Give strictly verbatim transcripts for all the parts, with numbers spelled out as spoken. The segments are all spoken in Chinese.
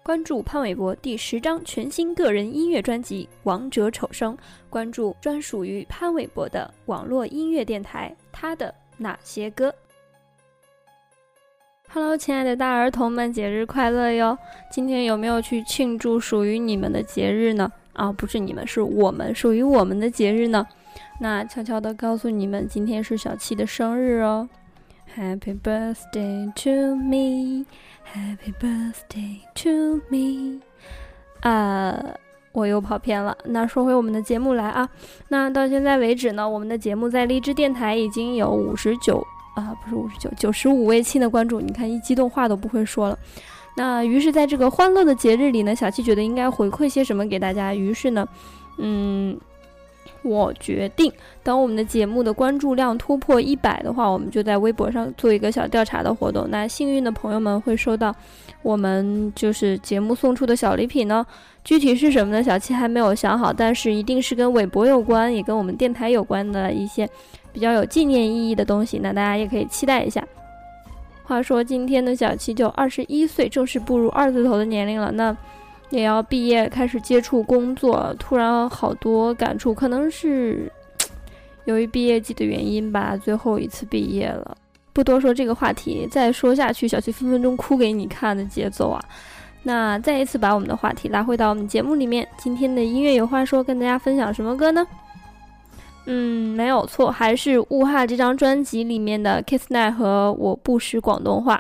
关注潘玮柏第十张全新个人音乐专辑《王者丑生》，关注专属于潘玮柏的网络音乐电台他的那些歌。Hello， 亲爱的大儿童们，节日快乐哟！今天有没有去庆祝属于你们的节日呢？啊，不是你们，是我们，属于我们的节日呢。那悄悄地告诉你们，今天是小七的生日哦。Happy birthday to me, Happy birthday to me。啊，我又跑偏了。那说回我们的节目来啊，那到现在为止呢，我们的节目在荔枝电台已经有五十九啊，不是五十九，九十五位亲的关注。你看，一激动话都不会说了。那于是在这个欢乐的节日里呢，小七觉得应该回馈些什么给大家，于是呢，嗯。我决定等我们的节目的关注量突破一百的话，我们就在微博上做一个小调查的活动。那幸运的朋友们会收到我们就是节目送出的小礼品呢，具体是什么呢？小七还没有想好，但是一定是跟韦博有关，也跟我们电台有关的一些比较有纪念意义的东西，那大家也可以期待一下。话说今天的小七就二十一岁，正式步入二字头的年龄了，那也要毕业开始接触工作，突然好多感触，可能是由于毕业季的原因吧，最后一次毕业了。不多说这个话题，再说下去小七分分钟哭给你看的节奏啊。那再一次把我们的话题拉回到我们节目里面，今天的音乐有话说，跟大家分享什么歌呢？嗯，没有错，还是雾哈这张专辑里面的 Kiss Night 和我不识广东话。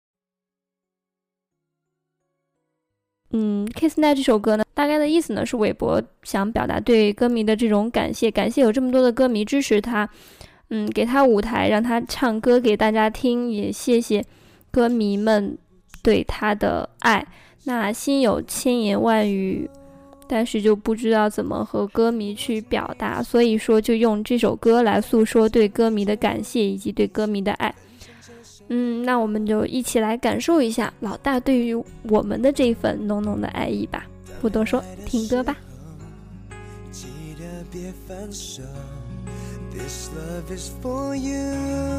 嗯 Kiss Night 这首歌呢，大概的意思呢是韦伯想表达对歌迷的这种感谢，感谢有这么多的歌迷支持他，嗯，给他舞台让他唱歌给大家听，也谢谢歌迷们对他的爱。那心有千言万语，但是就不知道怎么和歌迷去表达，所以说就用这首歌来诉说对歌迷的感谢以及对歌迷的爱。嗯，那我们就一起来感受一下老大对于我们的这份浓浓的爱意吧。不多说，听歌吧。 记得别放手 This love is for you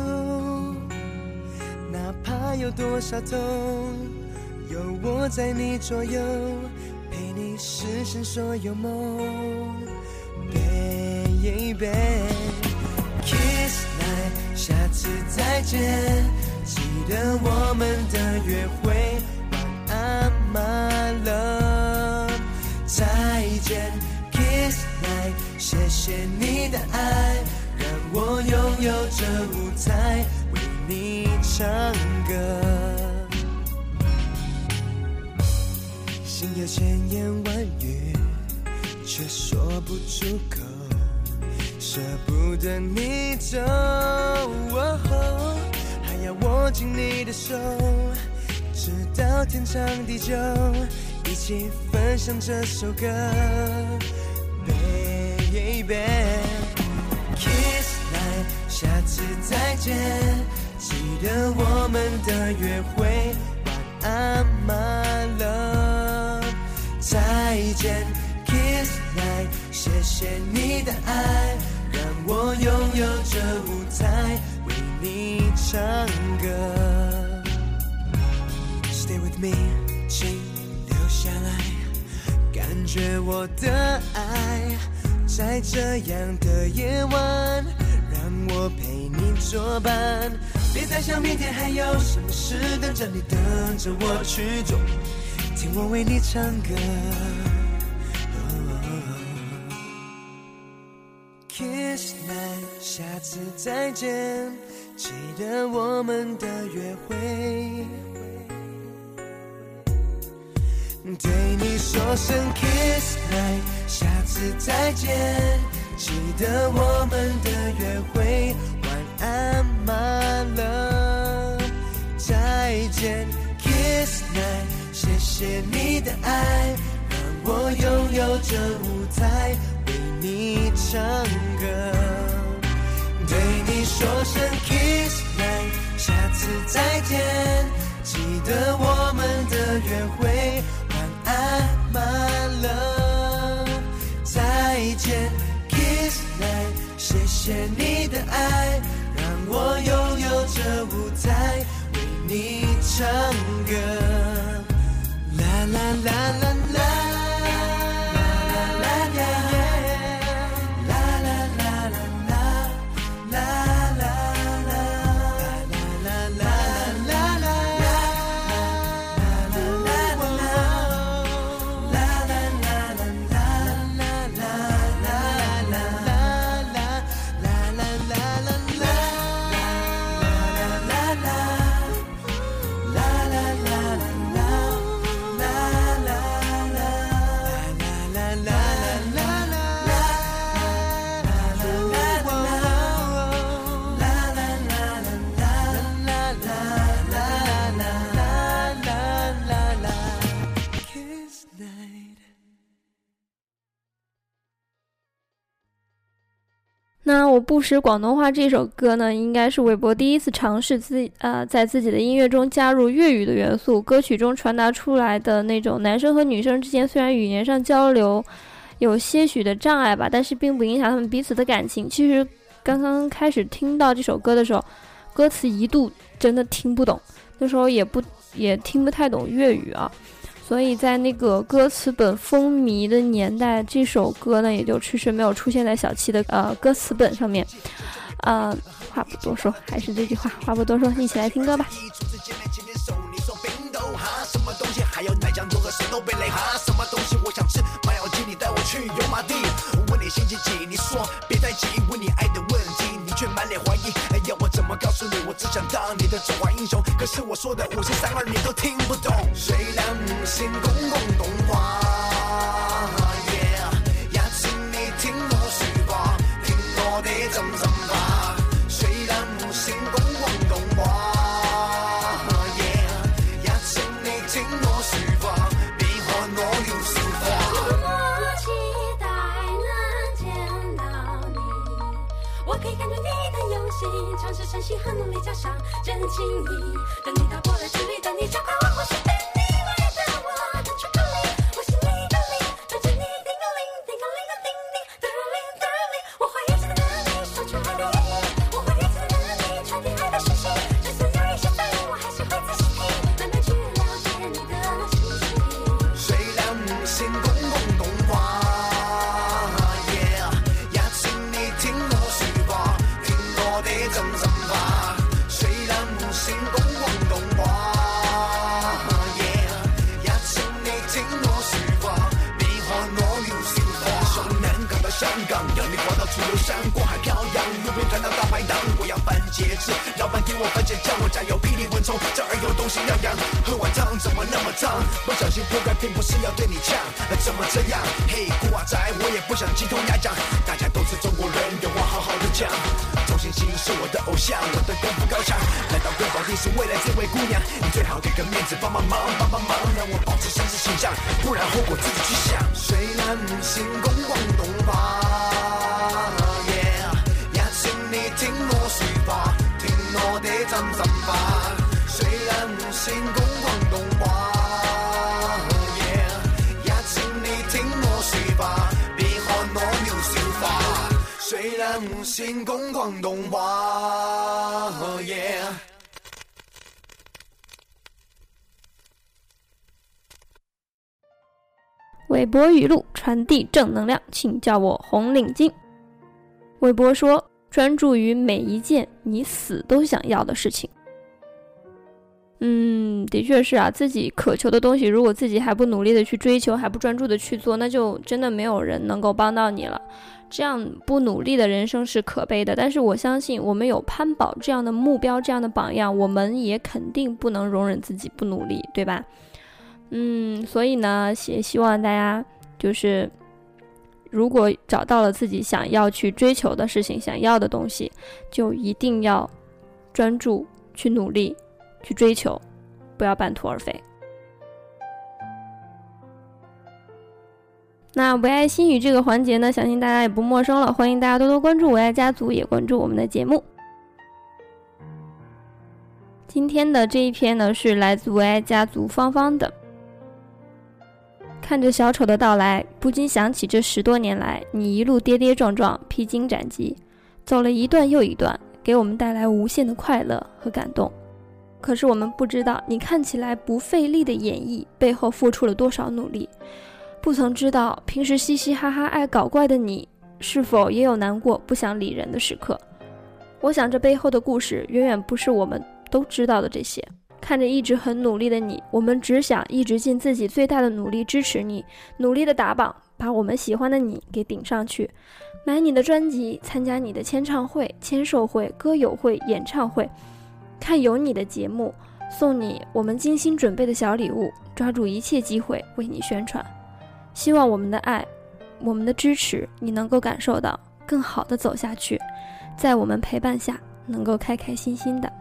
哪怕有多少痛，有我在你左右，陪你实现所有梦 Baby Kiss Night 下次再见，记得我们的约会，晚安 My love 再见 Kiss Night 谢谢你的爱，让我拥有这舞台为你唱歌，心有千言万语却说不出口，舍不得你走、哦、还要握紧你的手，直到天长地久，一起分享这首歌 Baby Kiss Night 下次再见，记得我们的约会，晚安 My love 再见 Kiss Night 谢谢你的爱，让我拥有这舞台为你唱歌 Stay with me 请留下来，感觉我的爱，在这样的夜晚让我陪你作伴，别再想明天还有什么事等着你，等着我去做，听我为你唱歌Kiss Night 下次再见，记得我们的约会，对你说声 Kiss Night 下次再见，记得我们的约会，晚安 My love 再见 Kiss Night 谢谢你的爱，让我拥有这舞台为你唱歌，对你说声 Kiss Night 下次再见，记得我们的约会，晚安 My love 再见 Kiss Night 谢谢你的爱，让我拥有这舞台为你唱歌啦那我不识广东话这首歌呢，应该是韦伯第一次尝试自呃在自己的音乐中加入粤语的元素。歌曲中传达出来的那种男生和女生之间虽然语言上交流有些许的障碍吧，但是并不影响他们彼此的感情。其实刚刚开始听到这首歌的时候，歌词一度真的听不懂，那时候也不也听不太懂粤语啊。所以在那个歌词本风靡的年代，这首歌呢也就迟迟没有出现在小七的呃歌词本上面。呃，话不多说，还是这句话，话不多说，一起来听歌吧。 什么东西还有奶酱多和石头贝类哈？什么东西我想吃？马小鸡，你带我去油麻地。我问你星期几？你说别太急。问你爱的问题，你却满脸怀疑。哎呀，我怎么告诉你？我只想当你的中华英雄。可是我说的五四三二你都听不懂。虽然唔先公共动画，也请你聽我說話，聽我的真心話。雖然唔先公共動畫。聽我說話，別看我了笑話。 我期待能見到你，我可以看着你的用心，嘗試珍惜和努力加上真情意。等你到過來這裡，等你找快我，或是等你來到我的巧克力，我心裡的你，等着你叮個鈴，叮個鈴個叮叮，噠鈴噠鈴。我會一直等你說出愛的語言，我會一直等你傳遞愛的訊息，就算有一些反應，我還是會仔細聽，慢慢去了解你的心情。 雖然唔先公共動畫，也請你聽我說話，聽我的真心話。雖然唔先公共動畫，也請你聽我說話，別看我了笑話。從南港到香港，讓你滑到楚留香，過海漂洋，路邊看到大排檔，我要番茄汁，老闆給我番茄醬，我加油霹靂蚊蟲，這兒有東西樣樣，喝碗湯怎麼那麼燙？不小心鋪蓋並不是要對你嗆，怎麼這樣？嘿，古惑仔，我也不想雞同鴨講，大家都是中國人，有話好好的講。周星星是我的偶像，我的功夫高強，來到貴寶地是為了這位姑娘，你最好給個面子，幫幫忙，幫幫忙，讓我保持紳士形象，不然後果自己去想。雖然唔先公共動畫，也請你聽我說話，聽我的真心話。雖然唔先公共動畫，也請你聽我說話，別看我了笑話。雖然唔先公共動畫。 韦伯语录，传递正能量，请叫我红领巾。韦伯说，专注于每一件你死都想要的事情。嗯，的确是啊，自己渴求的东西，如果自己还不努力的去追求，还不专注的去做，那就真的没有人能够帮到你了。这样不努力的人生是可悲的，但是我相信我们有潘宝这样的目标，这样的榜样，我们也肯定不能容忍自己不努力，对吧？嗯，所以呢，也希望大家就是如果找到了自己想要去追求的事情，想要的东西，就一定要专注去努力去追求，不要半途而废。那唯爱心语这个环节呢，相信大家也不陌生了，欢迎大家多多关注唯爱家族，也关注我们的节目。今天的这一篇呢，是来自唯爱家族芳芳的。看着小丑的到来，不禁想起这十多年来你一路跌跌撞撞，披荆斩棘，走了一段又一段，给我们带来无限的快乐和感动。 可是我们不知道你看起来不费力的演绎背后付出了多少努力，不曾知道平时嘻嘻哈哈爱搞怪的你是否也有难过不想理人的时刻。我想这背后的故事远远不是我们都知道的这些。看着一直很努力的你，我们只想一直尽自己最大的努力支持你，努力的打榜，把我们喜欢的你给顶上去，买你的专辑，参加你的签唱会、签售会、歌友会、演唱会，看有你的节目，送你我们精心准备的小礼物，抓住一切机会为你宣传。希望我们的爱，我们的支持，你能够感受到，更好的走下去，在我们陪伴下能够开开心心的。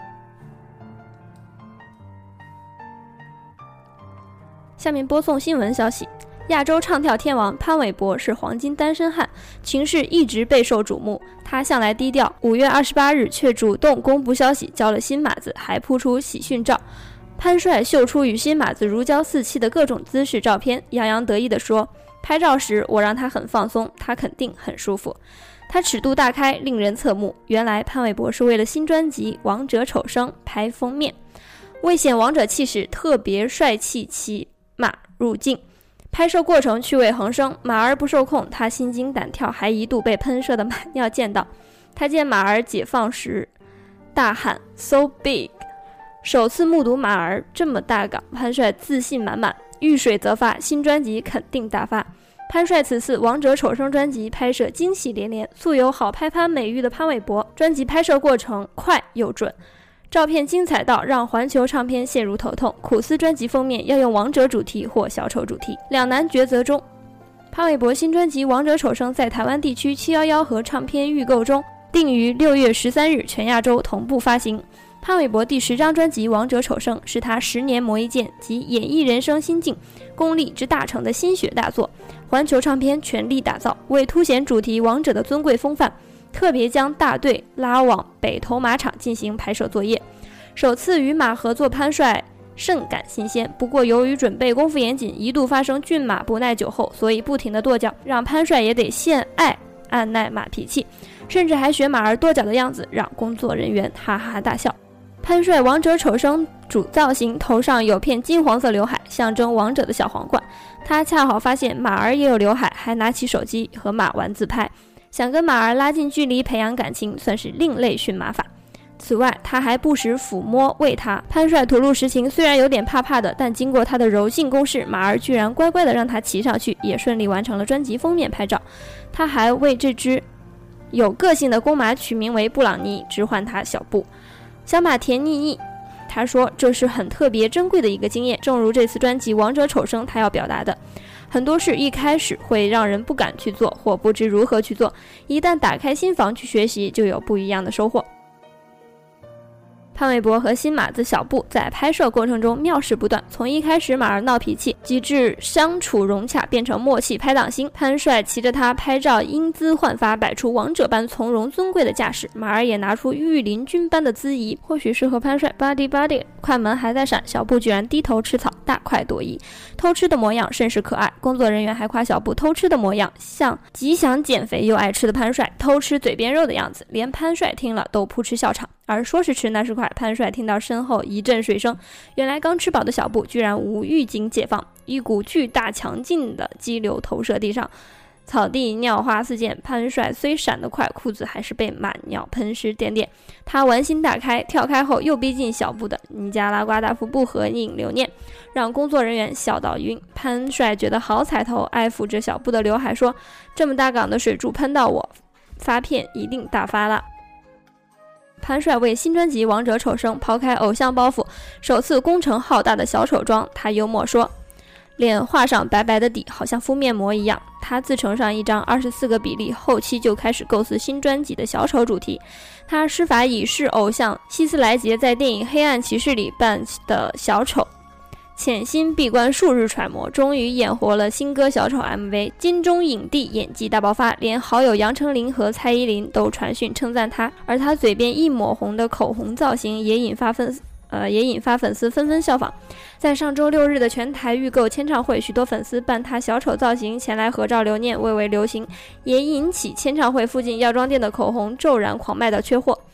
下面播送新闻消息，亚洲唱跳天王潘玮柏是黄金单身汉，情势一直备受瞩目。他向来低调，五月二十八日却主动公布消息，交了新马子，还铺出喜讯照。潘帅秀出与新马子如胶似漆的各种姿势照片，洋洋得意地说：“拍照时我让他很放松，他肯定很舒服。”他尺度大开，令人侧目。原来潘玮柏是为了新专辑《王者丑生》拍封面，为显王者气势，特别帅气骑马入镜。拍摄过程趣味横生，马儿不受控，他心惊胆跳，还一度被喷射的马尿溅到。他见马儿解放时大喊 So big， 首次目睹马儿这么大港，潘帅自信满满，遇水则发，新专辑肯定大发。潘帅此次《王者丑生》专辑拍摄惊喜连连，素有好拍拍美誉的潘玮柏，专辑拍摄过程快又准，照片精彩到让环球唱片陷入头痛，苦思专辑封面要用王者主题或小丑主题，两难抉择中。潘玮柏新专辑《王者丑生》在台湾地区七一一和唱片预购中，定于六月十三日全亚洲同步发行。潘玮柏第十张专辑《王者丑生》是他十年磨一剑及演绎人生心境功力之大成的心血大作，环球唱片全力打造，为凸显主题王者的尊贵风范，特别将大队拉往北投马场进行拍摄作业。首次与马合作，潘帅甚感新鲜，不过由于准备功夫严谨，一度发生骏马不耐久候，所以不停的跺脚，让潘帅也得献爱按耐马脾气，甚至还学马儿跺脚的样子，让工作人员哈哈大笑。潘帅王者丑生主造型，头上有片金黄色刘海，象征王者的小皇冠。他恰好发现马儿也有刘海，还拿起手机和马玩自拍，想跟马儿拉近距离，培养感情，算是另类驯马法。此外，他还不时抚摸喂他。潘帅吐露实情，虽然有点怕怕的，但经过他的柔性攻势，马儿居然乖乖的让他骑上去，也顺利完成了专辑封面拍照。他还为这只有个性的公马取名为布朗尼，直唤他小布。小马甜腻腻，他说这是很特别珍贵的一个经验，正如这次专辑《王者丑生》他要表达的，很多事一开始会让人不敢去做，或不知如何去做，一旦打开心房去学习，就有不一样的收获。潘玮柏和新马子小布在拍摄过程中妙事不断，从一开始马儿闹脾气，及至相处融洽变成默契拍档星，潘帅骑着他拍照英姿焕发，摆出王者般从容尊贵的架势，马儿也拿出御林军般的姿仪，或许是和潘帅 body body， 快门还在闪，小布居然低头吃草，大快朵颐，偷吃的模样甚是可爱。工作人员还夸小布偷吃的模样像极想减肥又爱吃的潘帅偷吃嘴边肉的样子，连潘帅听了都扑哧笑场。而说时迟那时快，潘帅听到身后一阵水声，原来刚吃饱的小布居然无预警解放，一股巨大强劲的激流投射地上，草地尿花四溅。潘帅虽闪得快，裤子还是被满尿喷湿点点。他玩心大开，跳开后又逼近小布的尼加拉瓜大瀑布合影留念，让工作人员笑到晕。潘帅觉得好彩头，爱抚着小布的刘海说：“这么大港的水柱喷到我，发片一定大发了。”潘帅为新专辑《王者丑生》抛开偶像包袱，首次工程浩大的小丑妆。他幽默说：“脸画上白白的底，好像敷面膜一样。”他自呈上一张二十四个比例，后期就开始构思新专辑的小丑主题。他施法以示偶像希斯莱杰在电影《黑暗骑士》里扮的小丑，潜心闭关数日揣摩，终于演活了新歌小丑 M V， 金钟影帝演技大爆发，连好友杨丞琳和蔡依林都传讯称赞他，而他嘴边一抹红的口红造型也引发粉呃也引发粉丝纷纷效仿。在上周六日的全台预购签唱会，许多粉丝扮他小丑造型前来合照留念，蔚为流行，也引起签唱会附近药妆店的口红骤然狂卖到缺货。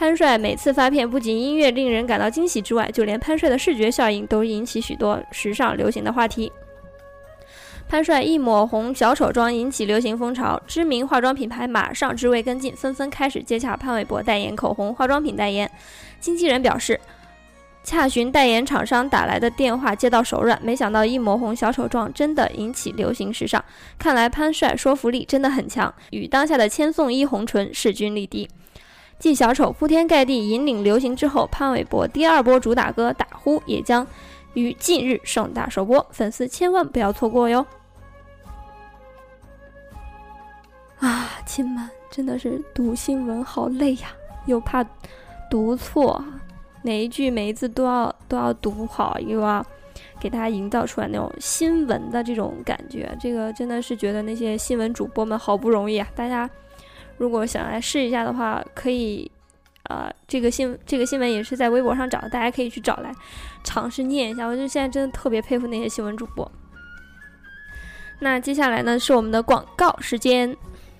潘帅每次发片不仅音乐令人感到惊喜之外，就连潘帅的视觉效应都引起许多时尚流行的话题。潘帅一抹红小丑妆引起流行风潮，知名化妆品牌马上知味跟进，纷纷开始接洽潘玮柏代言口红、化妆品代言。经纪人表示，洽询代言厂商打来的电话接到手软，没想到一抹红小丑妆真的引起流行时尚。看来潘帅说服力真的很强，与当下的千颂伊红唇势均力敌。继小丑铺天盖地引领流行之后，潘玮柏第二波主打歌《打呼》也将于近日盛大首播，粉丝千万不要错过哟！啊，亲们，真的是读新闻好累呀，又怕读错，哪一句每一字都要都要读好，又要给大家营造出来那种新闻的这种感觉。这个真的是觉得那些新闻主播们好不容易啊！大家如果想来试一下的话，可以，呃，这个新这个新闻也是在微博上找的，大家可以去找来尝试念一下。我就现在真的特别佩服那些新闻主播。那接下来呢是我们的广告时间。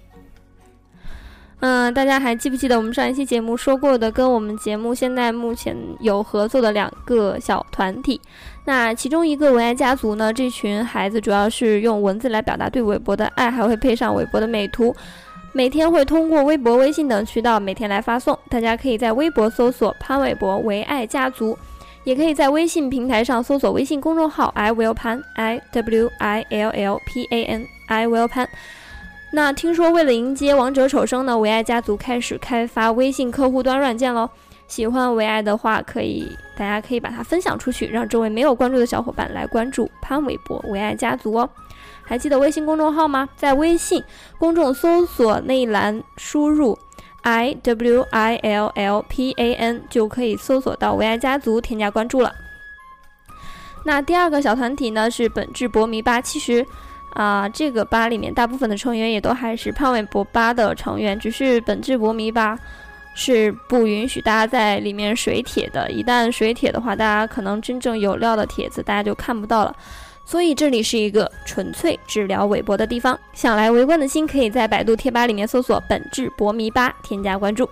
嗯、呃，大家还记不记得我们上一期节目说过的，跟我们节目现在目前有合作的两个小团体？那其中一个唯爱家族呢，这群孩子主要是用文字来表达对韦伯的爱，还会配上韦伯的美图，每天会通过微博、微信等渠道每天来发送。大家可以在微博搜索潘玮柏唯爱家族，也可以在微信平台上搜索微信公众号 I will pan I W I L L P A N I will pan。那听说为了迎接王者丑生呢，唯爱家族开始开发微信客户端软件咯。喜欢唯爱的话，可以大家可以把它分享出去，让周围没有关注的小伙伴来关注潘玮柏唯爱家族哦。还记得微信公众号吗？在微信公众搜索那一栏输入 I W I L L P A N 就可以搜索到唯爱家族，添加关注了。那第二个小团体呢是本质博迷吧，其实啊、呃，这个吧里面大部分的成员也都还是潘玮柏吧的成员，只是本质博迷吧是不允许大家在里面水帖的，一旦水帖的话，大家可能真正有料的帖子大家就看不到了。所以这里是一个纯粹治疗韦伯的地方，想来围观的心可以在百度贴吧里面搜索本质博迷吧，添加关注。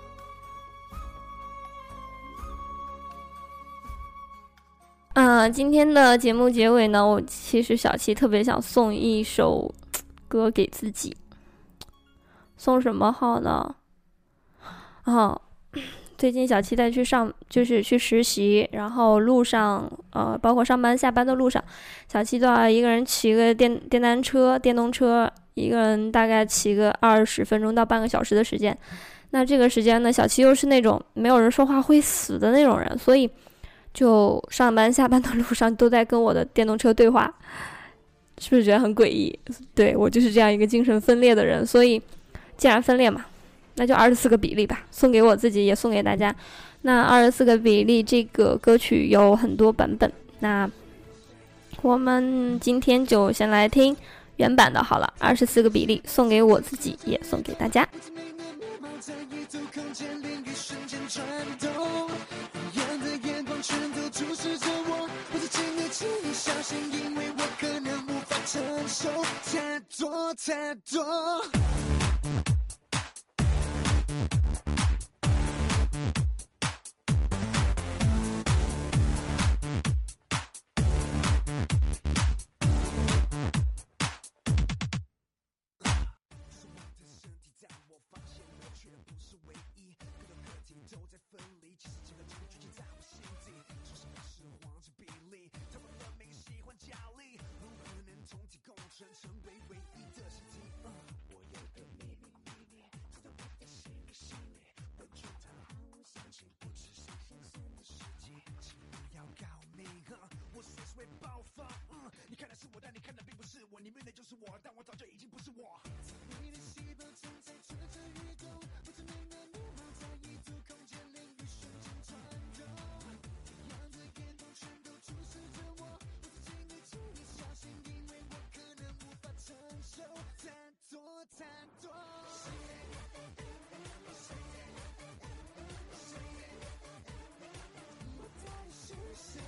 啊、呃，今天的节目结尾呢，我其实小七特别想送一首歌给自己，送什么好呢？啊，最近小七在去上，就是去实习，然后路上，呃，包括上班下班的路上，小七都要一个人骑个电电单车、电动车，一个人大概骑个二十分钟到半个小时的时间。那这个时间呢，小七又是那种没有人说话会死的那种人，所以就上班下班的路上都在跟我的电动车对话，是不是觉得很诡异？对，我就是这样一个精神分裂的人，所以既然分裂嘛，那就二十四个比例吧，送给我自己也送给大家。那二十四个比例这个歌曲有很多版本，那我们今天就先来听原版的好了。二十四个比例送给我自己也送给大家。小心，因为我可能无法承受太多太多。你面对就是我，但我早就已经不是我。你的细胞正在蠢蠢欲动，不知名的面貌在异度空间领域瞬间穿透，一样的眼光全都注视着我，我自己你请你小心，因为我可能无法承受太多太多。我到底是谁？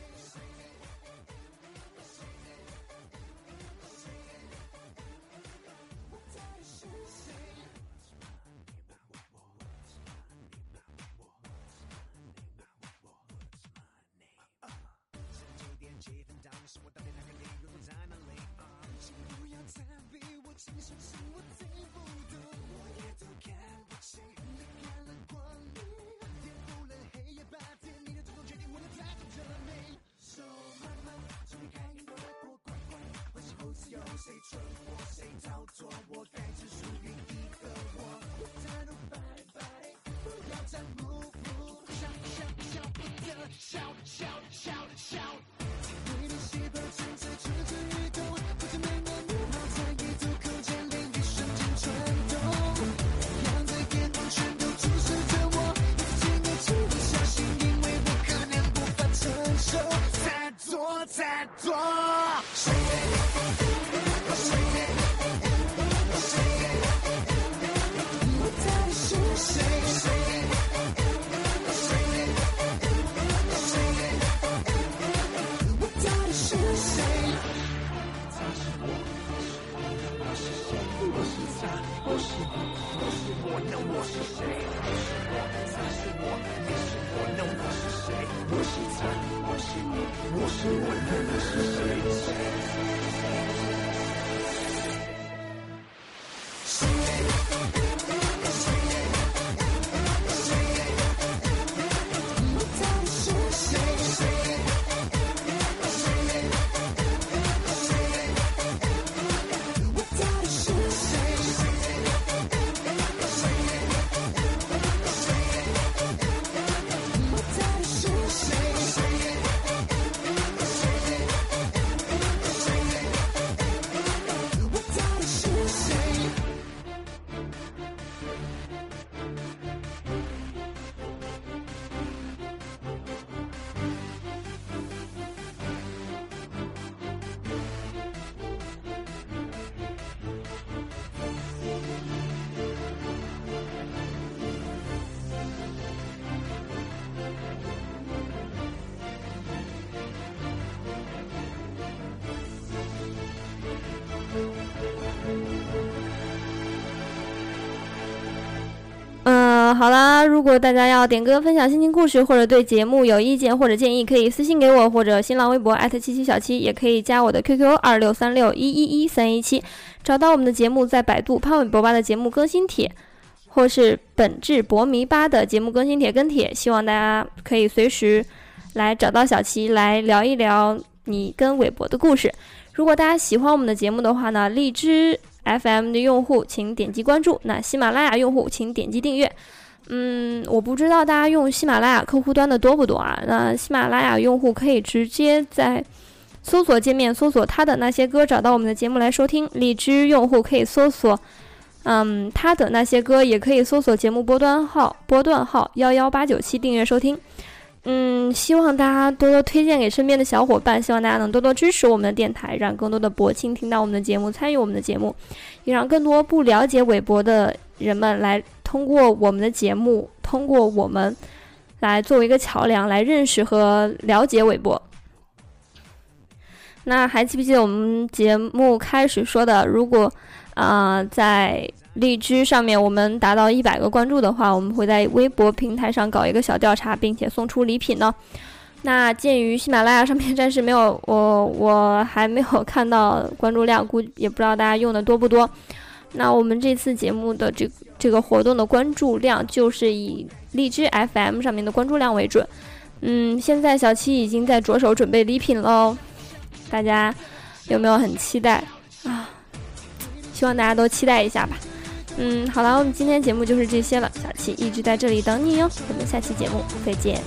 是你，我是我，那我是谁？他是我，你是我，那我是谁？我是他，我是你，我是我，那我是谁？ 嗯，好啦，如果大家要点歌、分享心情故事，或者对节目有意见或者建议，可以私信给我，或者新浪微博艾特七七小七，也可以加我的 Q Q 二六三六一一一三一七，找到我们的节目，在百度潘玮柏吧的节目更新帖，或是本质博迷吧的节目更新帖跟帖，希望大家可以随时来找到小七，来聊一聊你跟韦伯的故事。如果大家喜欢我们的节目的话呢，荔枝F M 的用户请点击关注，那喜马拉雅用户请点击订阅。嗯，我不知道大家用喜马拉雅客户端的多不多啊？那喜马拉雅用户可以直接在搜索界面搜索他的那些歌，找到我们的节目来收听。荔枝用户可以搜索嗯他的那些歌，也可以搜索节目波段号波段号一一八九七订阅收听。嗯，希望大家多多推荐给身边的小伙伴，希望大家能多多支持我们的电台，让更多的博青听到我们的节目，参与我们的节目，也让更多不了解韦伯的人们来通过我们的节目，通过我们来作为一个桥梁，来认识和了解韦伯。那还记不记得我们节目开始说的，如果啊、呃、在荔枝上面我们达到一百个关注的话，我们会在微博平台上搞一个小调查，并且送出礼品呢。那鉴于喜马拉雅上面暂时没有我我还没有看到关注量，估计也不知道大家用的多不多。那我们这次节目的这这个活动的关注量就是以荔枝 F M 上面的关注量为准。嗯，现在小七已经在着手准备礼品喽，大家有没有很期待啊？希望大家都期待一下吧。嗯，好了，我们今天节目就是这些了，小七一直在这里等你哟，我们下期节目再见。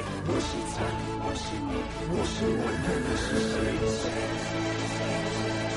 我是我，那我是谁？